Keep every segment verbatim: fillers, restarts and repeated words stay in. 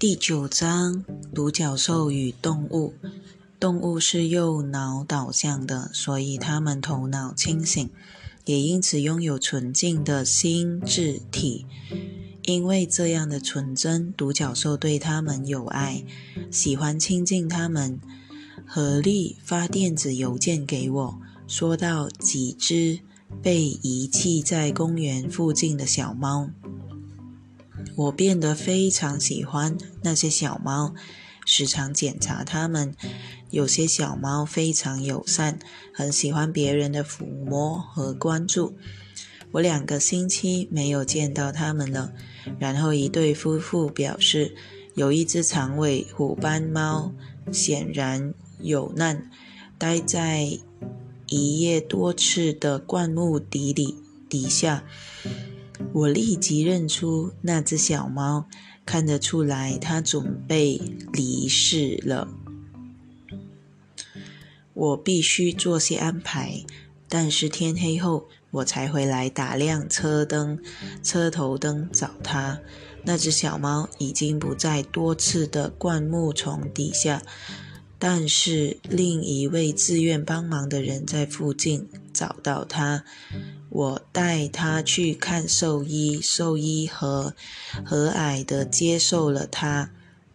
第九章，独角兽与动物。动物是右脑导向的，所以它们头脑清醒，也因此拥有纯净的心智体。因为这样的纯真，独角兽对它们有爱，喜欢亲近它们。合力发电子邮件给我，说到几只被遗弃在公园附近的小猫。我变得非常喜欢那些小猫，时常检查它们。有些小猫非常友善，很喜欢别人的抚摸和关注。我两个星期没有见到它们了。然后一对夫妇表示，有一只长尾虎斑猫显然有难，待在一叶多刺的灌木底里底下。我立即认出那只小猫，看得出来它准备离世了。我必须做些安排，但是天黑后我才回来打亮车灯、车头灯找它。那只小猫已经不在多刺的灌木丛底下，但是另一位自愿帮忙的人在附近找到它。我带他去看兽医，兽医和和蔼地接受了他，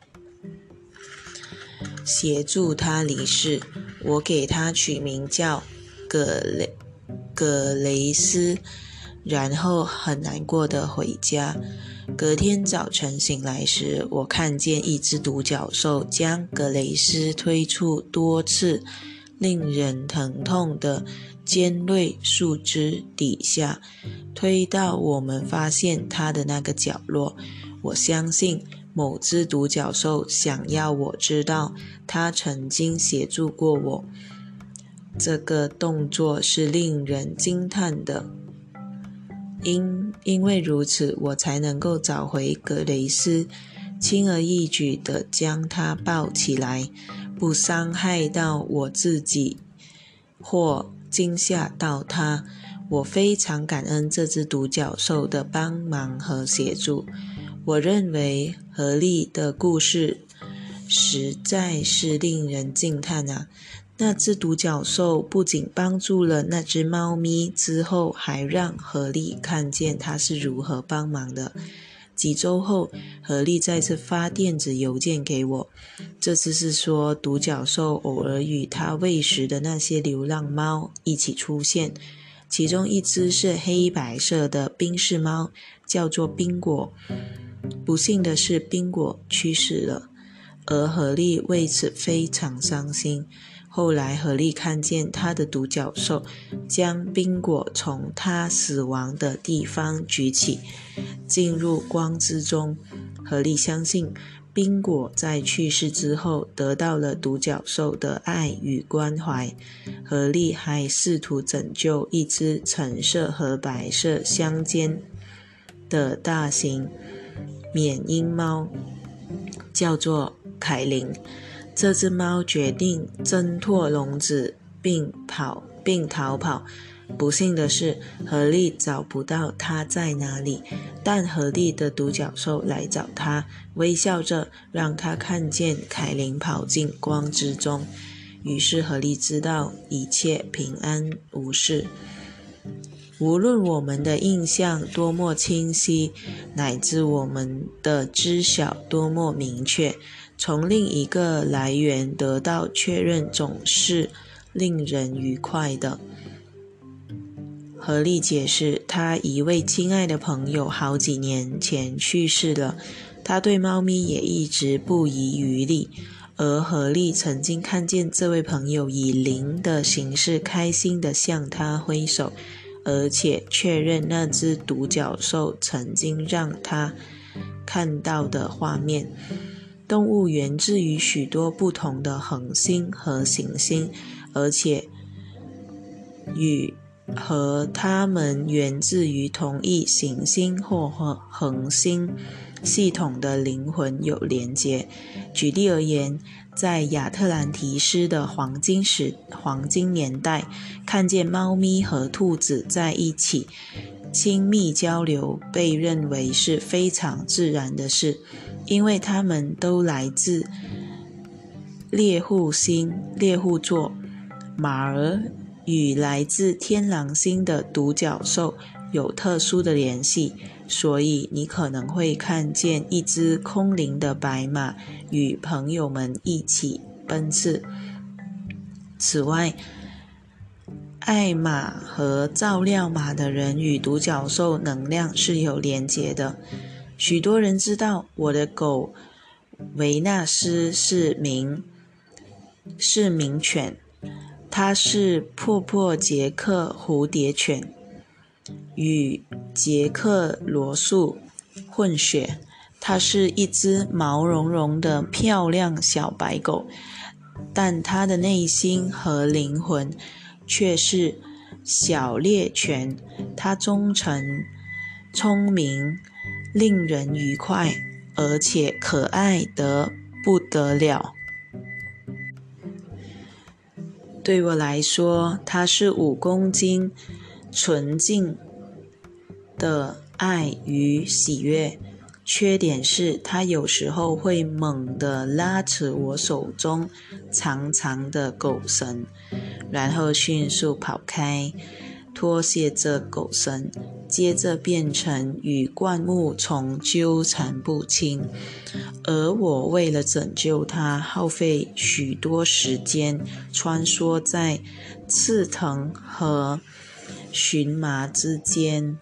协助他离世。我给他取名叫葛雷葛雷斯，然后很难过地回家。隔天早晨醒来时，我看见一只独角兽将葛雷斯推出多次令人疼痛的尖锐树枝底下，推到我们发现它的那个角落。我相信某只独角兽想要我知道它曾经协助过我。这个动作是令人惊叹的，因因为如此，我才能够找回格雷斯，轻而易举地将它抱起来，不伤害到我自己或惊吓到它。我非常感恩这只独角兽的帮忙和协助。我认为合力的故事实在是令人惊叹啊！那只独角兽不仅帮助了那只猫咪，之后还让合力看见它是如何帮忙的。几周后，合力再次发电子邮件给我，这次是说独角兽偶尔与它喂食的那些流浪猫一起出现，其中一只是黑白色的宾士猫，叫做宾果。不幸的是，宾果去世了，而合力为此非常伤心。后来合力看见他的独角兽将宾果从他死亡的地方举起，进入光之中。合力相信宾果在去世之后得到了独角兽的爱与关怀。合力还试图拯救一只橙色和白色相间的大型缅因猫，叫做凯琳。这只猫决定挣脱笼子并跑并逃跑。不幸的是，合力找不到它在哪里，但合力的独角兽来找它，微笑着让它看见凯琳跑进光之中。于是合力知道一切平安无事。无论我们的印象多么清晰，乃至我们的知晓多么明确，从另一个来源得到确认总是令人愉快的。合力解释，他一位亲爱的朋友好几年前去世了，他对猫咪也一直不遗余力，而合力曾经看见这位朋友以灵的形式开心地向他挥手，而且确认那只独角兽曾经让他看到的画面。动物源自于许多不同的恒星和行星，而且与和它们源自于同一行星或恒星系统的灵魂有连结。举例而言，在亚特兰提斯的黄金时黄金年代，看见猫咪和兔子在一起亲密交流被认为是非常自然的事。 因为它们都来自猎户星猎户座。马儿与来自天狼星的独角兽有特殊的联系，所以你可能会看见一只空灵的白马与朋友们一起奔驰。此外，爱马和照料马的人与独角兽能量是有连结的。许多人知道我的狗维纳斯是名是名犬，它是破破杰克蝴蝶犬，与杰克罗素混血。它是一只毛茸茸的漂亮小白狗，但它的内心和灵魂却是小猎犬。它忠诚、聪明、令人愉快，而且可爱得不得了。对我来说，它是五公斤纯净的爱与喜悦。缺点是，它有时候会猛地拉扯我手中长长的狗绳，然后迅速跑开，脱卸这狗绳，接着变成与灌木丛纠缠不清。而我为了拯救它，耗费许多时间穿梭在刺藤和荨麻之间。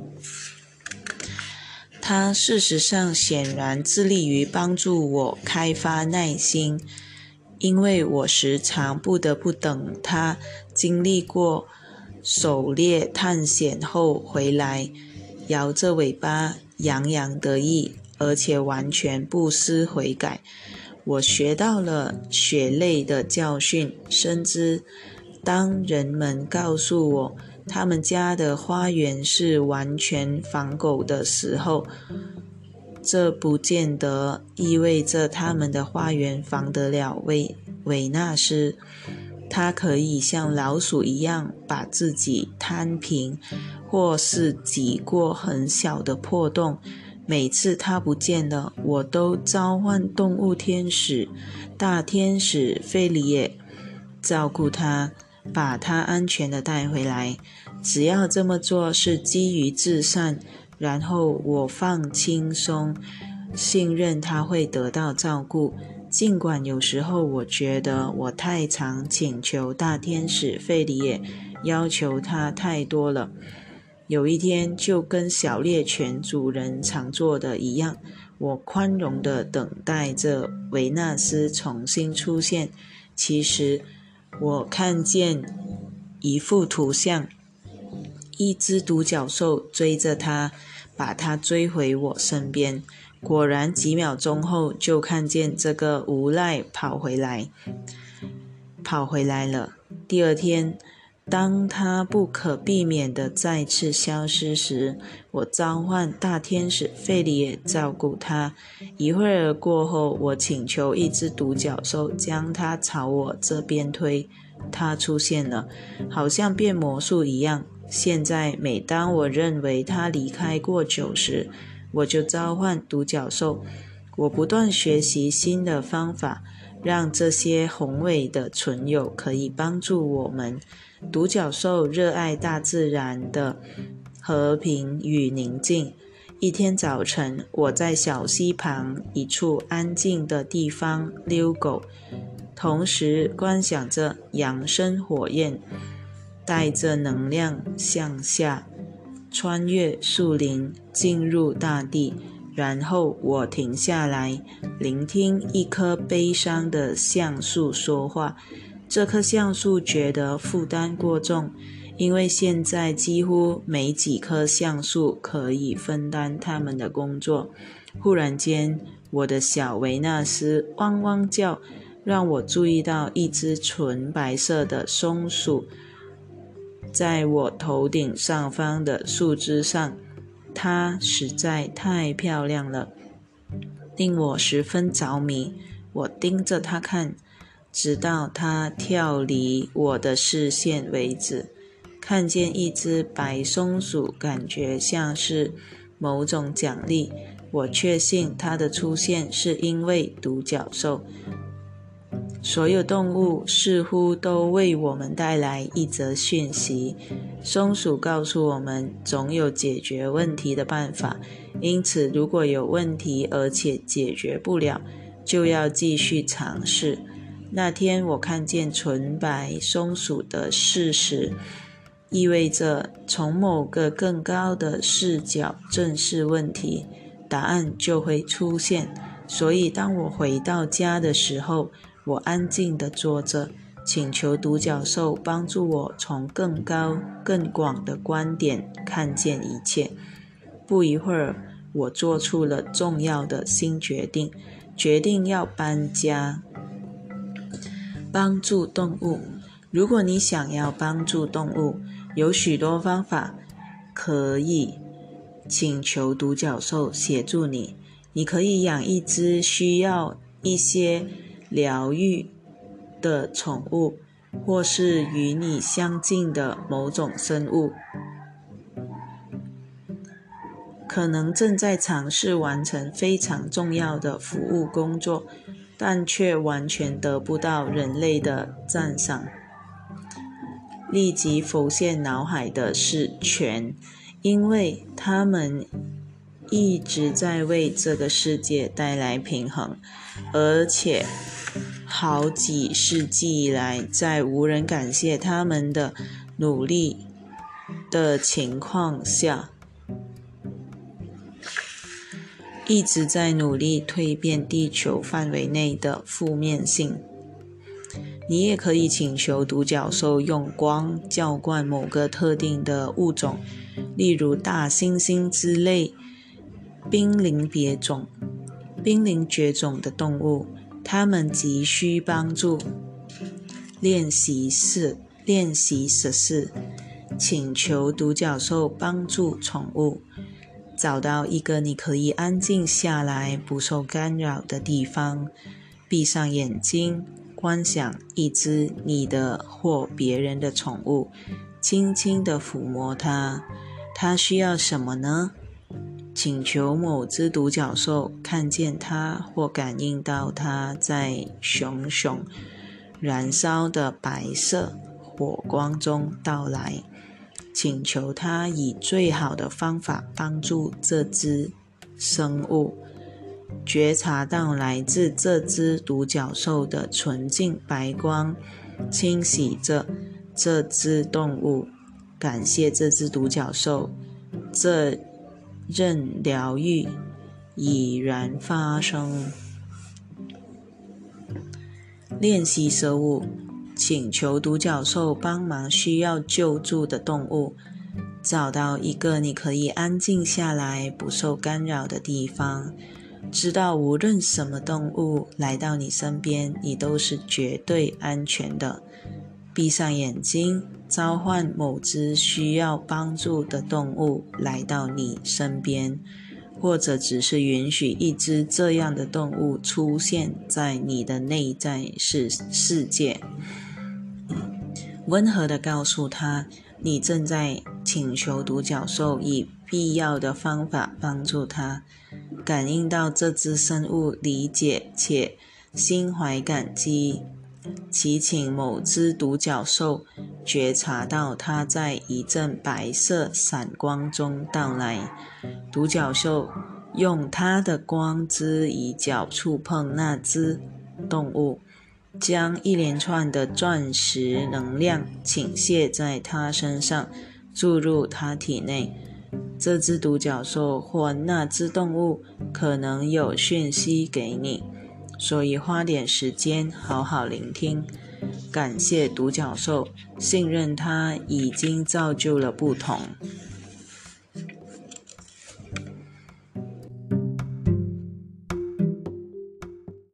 它事实上显然致力于帮助我开发耐心，因为我时常不得不等它经历过狩猎探险后回来，摇着尾巴洋洋得意，而且完全不思悔改。我学到了血泪的教训，深知当人们告诉我他们家的花园是完全防狗的时候，这不见得意味着他们的花园防得了维维纳斯。它可以像老鼠一样把自己摊平，或是挤过很小的破洞。每次它不见了，我都召唤动物天使大天使费里耶照顾它，把它安全地带回来。只要这么做是基于至善，然后我放轻松，信任它会得到照顾。尽管有时候我觉得我太常请求大天使费里耶，要求他太多了。有一天，就跟小猎犬主人常做的一样，我宽容地等待着维纳斯重新出现。其实我看见一幅图像，一只独角兽追着它，把它追回我身边。果然几秒钟后，就看见这个无赖跑回来跑回来了。第二天，当他不可避免地再次消失时，我召唤大天使费里耶照顾他。一会儿过后，我请求一只独角兽将他朝我这边推，他出现了，好像变魔术一样。现在每当我认为他离开过久时，我就召唤独角兽。我不断学习新的方法，让这些宏伟的存有可以帮助我们。独角兽热爱大自然的和平与宁静。一天早晨，我在小溪旁一处安静的地方遛狗，同时观想着扬升火焰带着能量向下穿越树林进入大地。然后我停下来聆听一棵悲伤的橡树说话。这棵橡树觉得负担过重，因为现在几乎没几棵橡树可以分担他们的工作。忽然间，我的小维纳斯汪汪叫，让我注意到一只纯白色的松鼠在我头顶上方的树枝上。它实在太漂亮了，令我十分着迷。我盯着它看，直到它跳离我的视线为止。看见一只白松鼠，感觉像是某种奖励。 我确信它的出现是因为独角兽。所有动物似乎都为我们带来一则讯息。松鼠告诉我们，总有解决问题的办法，因此如果有问题而且解决不了，就要继续尝试。那天我看见纯白松鼠的事实，意味着从某个更高的视角正视问题，答案就会出现。所以当我回到家的时候，我安静地坐着，请求独角兽帮助我从更高更广的观点看见一切。不一会儿，我做出了重要的新决定，决定要搬家。帮助动物。如果你想要帮助动物，有许多方法可以请求独角兽协助你。你可以养一只需要一些疗愈的宠物，或是与你相近的某种生物，可能正在尝试完成非常重要的服务工作，但却完全得不到人类的赞赏。立即浮现脑海的是犬，因为他们一直在为这个世界带来平衡，而且好几世纪以来，在无人感谢他们的努力的情况下，一直在努力蜕变地球范围内的负面性。你也可以请求独角兽用光浇灌某个特定的物种，例如大猩猩之类濒临绝种、濒临绝种的动物，它们急需帮助。练习四，练习十四，请求独角兽帮助宠物。找到一个你可以安静下来、不受干扰的地方，闭上眼睛，观想一只你的或别人的宠物，轻轻地抚摸它。它需要什么呢？请求某只独角兽看见它或感应到它在熊熊燃烧的白色火光中到来。请求它以最好的方法帮助这只生物，觉察到来自这只独角兽的纯净白光清洗着这只动物，感谢这只独角兽，这任疗愈已然发生。练习十五，请求独角兽帮忙需要救助的动物。找到一个你可以安静下来、不受干扰的地方，知道无论什么动物来到你身边，你都是绝对安全的。闭上眼睛，召唤某只需要帮助的动物来到你身边，或者只是允许一只这样的动物出现在你的内在世世界。温和地告诉他，你正在请求独角兽以必要的方法帮助他，感应到这只生物理解且心怀感激。祈请某只独角兽觉察到它在一阵白色闪光中到来。独角兽用它的光之一角触碰那只动物，将一连串的钻石能量倾泻在它身上，注入它体内。这只独角兽或那只动物可能有讯息给你，所以花点时间好好聆听。感谢独角兽，信任它已经造就了不同。